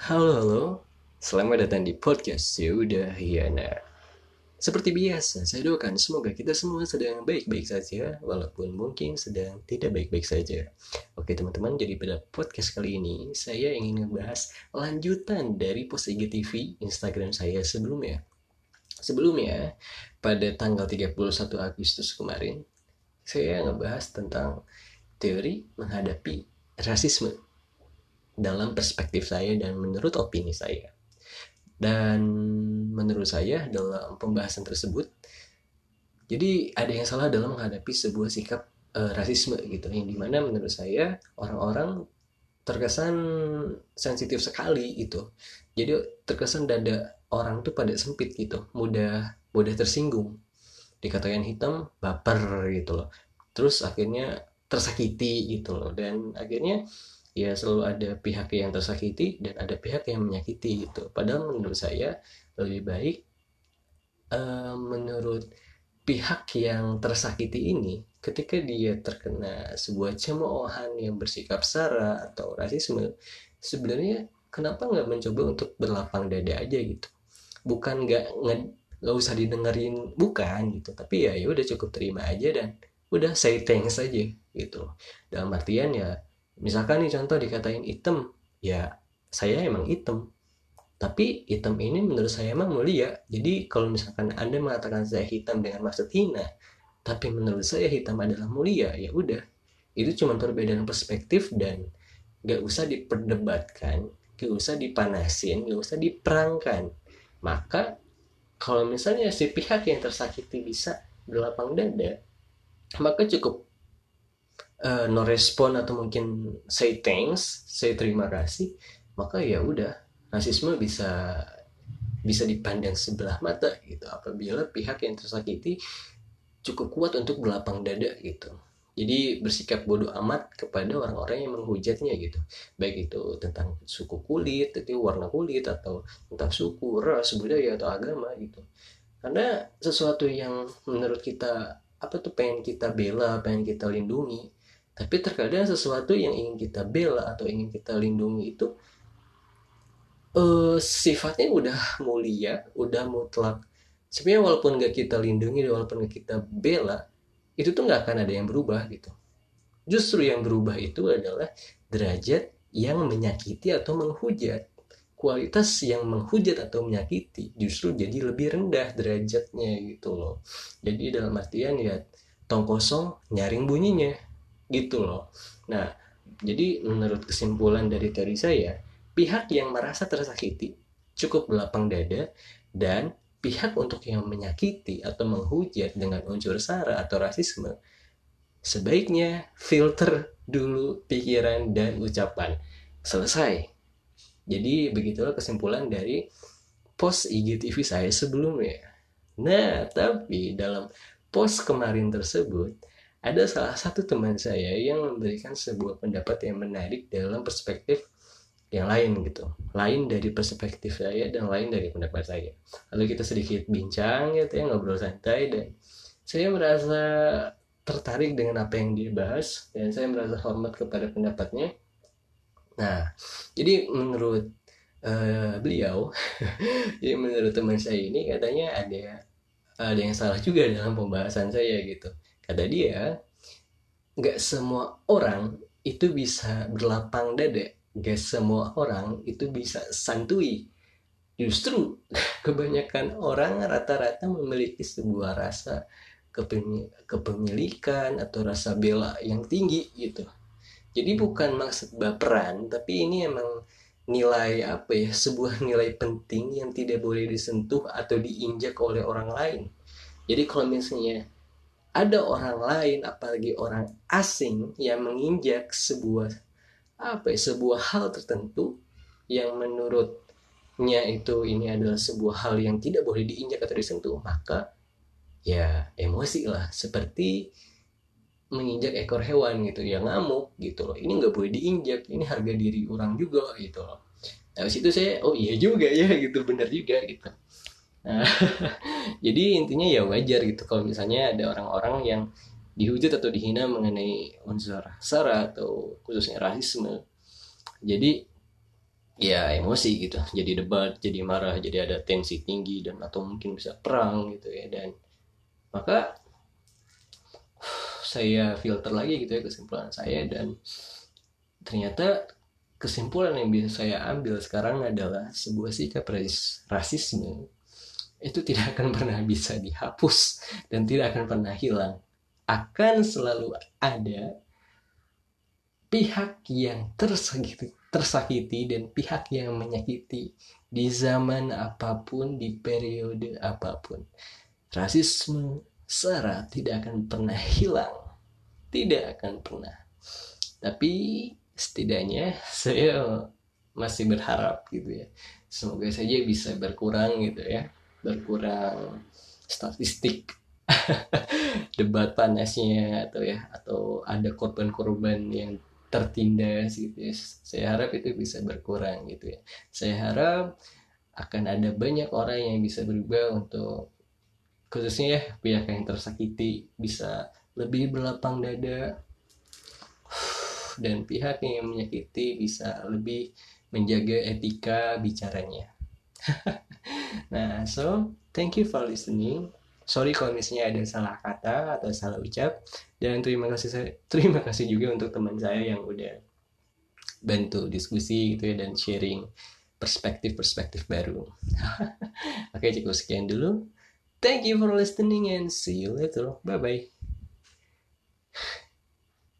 Halo, halo. Selamat datang di podcast Yaudah Yana. Seperti biasa, saya doakan semoga kita semua sedang baik-baik saja, walaupun mungkin sedang tidak baik-baik saja. Oke teman-teman, jadi pada podcast kali ini, saya ingin ngebahas lanjutan dari post IGTV Instagram saya sebelumnya. Sebelumnya, pada tanggal 31 Agustus kemarin, saya ngebahas tentang teori menghadapi rasisme dalam perspektif saya dan menurut opini saya. Dan menurut saya dalam pembahasan tersebut, jadi ada yang salah dalam menghadapi sebuah sikap rasisme gitu, yang dimana menurut saya orang-orang terkesan sensitif sekali gitu. Jadi terkesan dada orang tuh pada sempit gitu, mudah mudah tersinggung. Dikatain hitam, baper gitu loh. Terus akhirnya tersakiti gitu loh. Dan akhirnya ya selalu ada pihak yang tersakiti dan ada pihak yang menyakiti gitu. Padahal menurut saya lebih baik menurut pihak yang tersakiti ini, ketika dia terkena sebuah cemoohan yang bersikap sara atau rasisme, sebenarnya kenapa nggak mencoba untuk berlapang dada aja gitu? Bukan nggak usah didengerin, bukan gitu, tapi ya udah cukup terima aja dan udah say thanks aja gitu. Dalam artian ya, misalkan nih contoh dikatain item, ya saya emang item, tapi hitam ini menurut saya emang mulia. Jadi kalau misalkan Anda mengatakan saya hitam dengan maksud hina, tapi menurut saya hitam adalah mulia, ya udah. Itu cuma perbedaan perspektif dan gak usah diperdebatkan, gak usah dipanasin, gak usah diperangkan. Maka kalau misalnya si pihak yang tersakiti bisa berlapang dada, maka cukup no respon atau mungkin say thanks, say terima kasih, maka ya udah, rasisme bisa bisa dipandang sebelah mata gitu apabila pihak yang tersakiti cukup kuat untuk berlapang dada gitu. Jadi bersikap bodoh amat kepada orang-orang yang menghujatnya gitu. Baik itu tentang suku kulit, itu warna kulit, atau tentang suku, ras, budaya, atau agama gitu. Karena sesuatu yang menurut kita apa tuh pengen kita bela, pengen kita lindungi, tapi terkadang sesuatu yang ingin kita bela atau ingin kita lindungi itu sifatnya udah mulia, udah mutlak. Sebenarnya walaupun nggak kita lindungi, walaupun nggak kita bela, itu tuh nggak akan ada yang berubah gitu. Justru yang berubah itu adalah derajat yang menyakiti atau menghujat. Kualitas yang menghujat atau menyakiti justru jadi lebih rendah derajatnya gitu loh. Jadi dalam artian ya, tong kosong nyaring bunyinya gitu loh. Nah, jadi menurut kesimpulan dari teori saya, pihak yang merasa tersakiti cukup berlapang dada, dan pihak untuk yang menyakiti atau menghujat dengan unsur sara atau rasisme sebaiknya filter dulu pikiran dan ucapan. Selesai. Jadi begitulah kesimpulan dari post IGTV saya sebelumnya. Nah, tapi dalam post kemarin tersebut, ada salah satu teman saya yang memberikan sebuah pendapat yang menarik dalam perspektif yang lain gitu. Lain dari perspektif saya dan lain dari pendapat saya. Lalu kita sedikit bincang gitu ya, ngobrol santai, dan saya merasa tertarik dengan apa yang dia bahas dan saya merasa hormat kepada pendapatnya. Nah, jadi menurut beliau, jadi menurut teman saya ini katanya ada yang salah juga dalam pembahasan saya gitu. Kata dia, nggak semua orang itu bisa berlapang dada, nggak semua orang itu bisa santuy. Justru kebanyakan orang rata-rata memiliki sebuah rasa kepemilikan atau rasa bela yang tinggi gitu. Jadi bukan maksud baperan, tapi ini emang nilai apa ya, sebuah nilai penting yang tidak boleh disentuh atau diinjak oleh orang lain. Jadi kalau misalnya ada orang lain, apalagi orang asing yang menginjak sebuah apa ya, sebuah hal tertentu yang menurutnya itu ini adalah sebuah hal yang tidak boleh diinjak atau disentuh, maka ya emosi lah, seperti menginjak ekor hewan gitu ya, ngamuk gitu loh, ini nggak boleh diinjak, ini harga diri orang juga gitu loh. Nah situ saya, oh iya juga ya gitu, bener juga gitu. Nah, jadi intinya ya wajar gitu kalau misalnya ada orang-orang yang dihujat atau dihina mengenai unsur sara atau khususnya rasisme. Jadi ya emosi gitu, jadi debat, jadi marah, jadi ada tensi tinggi, dan atau mungkin bisa perang gitu ya. Dan maka saya filter lagi gitu ya kesimpulan saya, dan ternyata kesimpulan yang bisa saya ambil sekarang adalah sebuah sikap rasisme itu tidak akan pernah bisa dihapus dan tidak akan pernah hilang. Akan selalu ada pihak yang tersakiti dan pihak yang menyakiti di zaman apapun, di periode apapun. Rasisme, SARA tidak akan pernah hilang, tidak akan pernah. Tapi setidaknya saya masih berharap gitu ya, semoga saja bisa berkurang gitu ya, berkurang statistik debat panasnya, atau ya, atau ada korban-korban yang tertindas gitu ya. Saya harap itu bisa berkurang gitu ya. Saya harap akan ada banyak orang yang bisa berubah untuk, khususnya ya pihak yang tersakiti, bisa lebih berlapang dada, dan pihak yang menyakiti bisa lebih menjaga etika bicaranya. Nah, so thank you for listening. Sorry kalau misalnya ada salah kata atau salah ucap, dan terima kasih juga untuk teman saya yang udah bantu diskusi gitu ya, dan sharing perspektif-perspektif baru. Oke, cukup sekian dulu. Thank you for listening and see you later. Bye bye.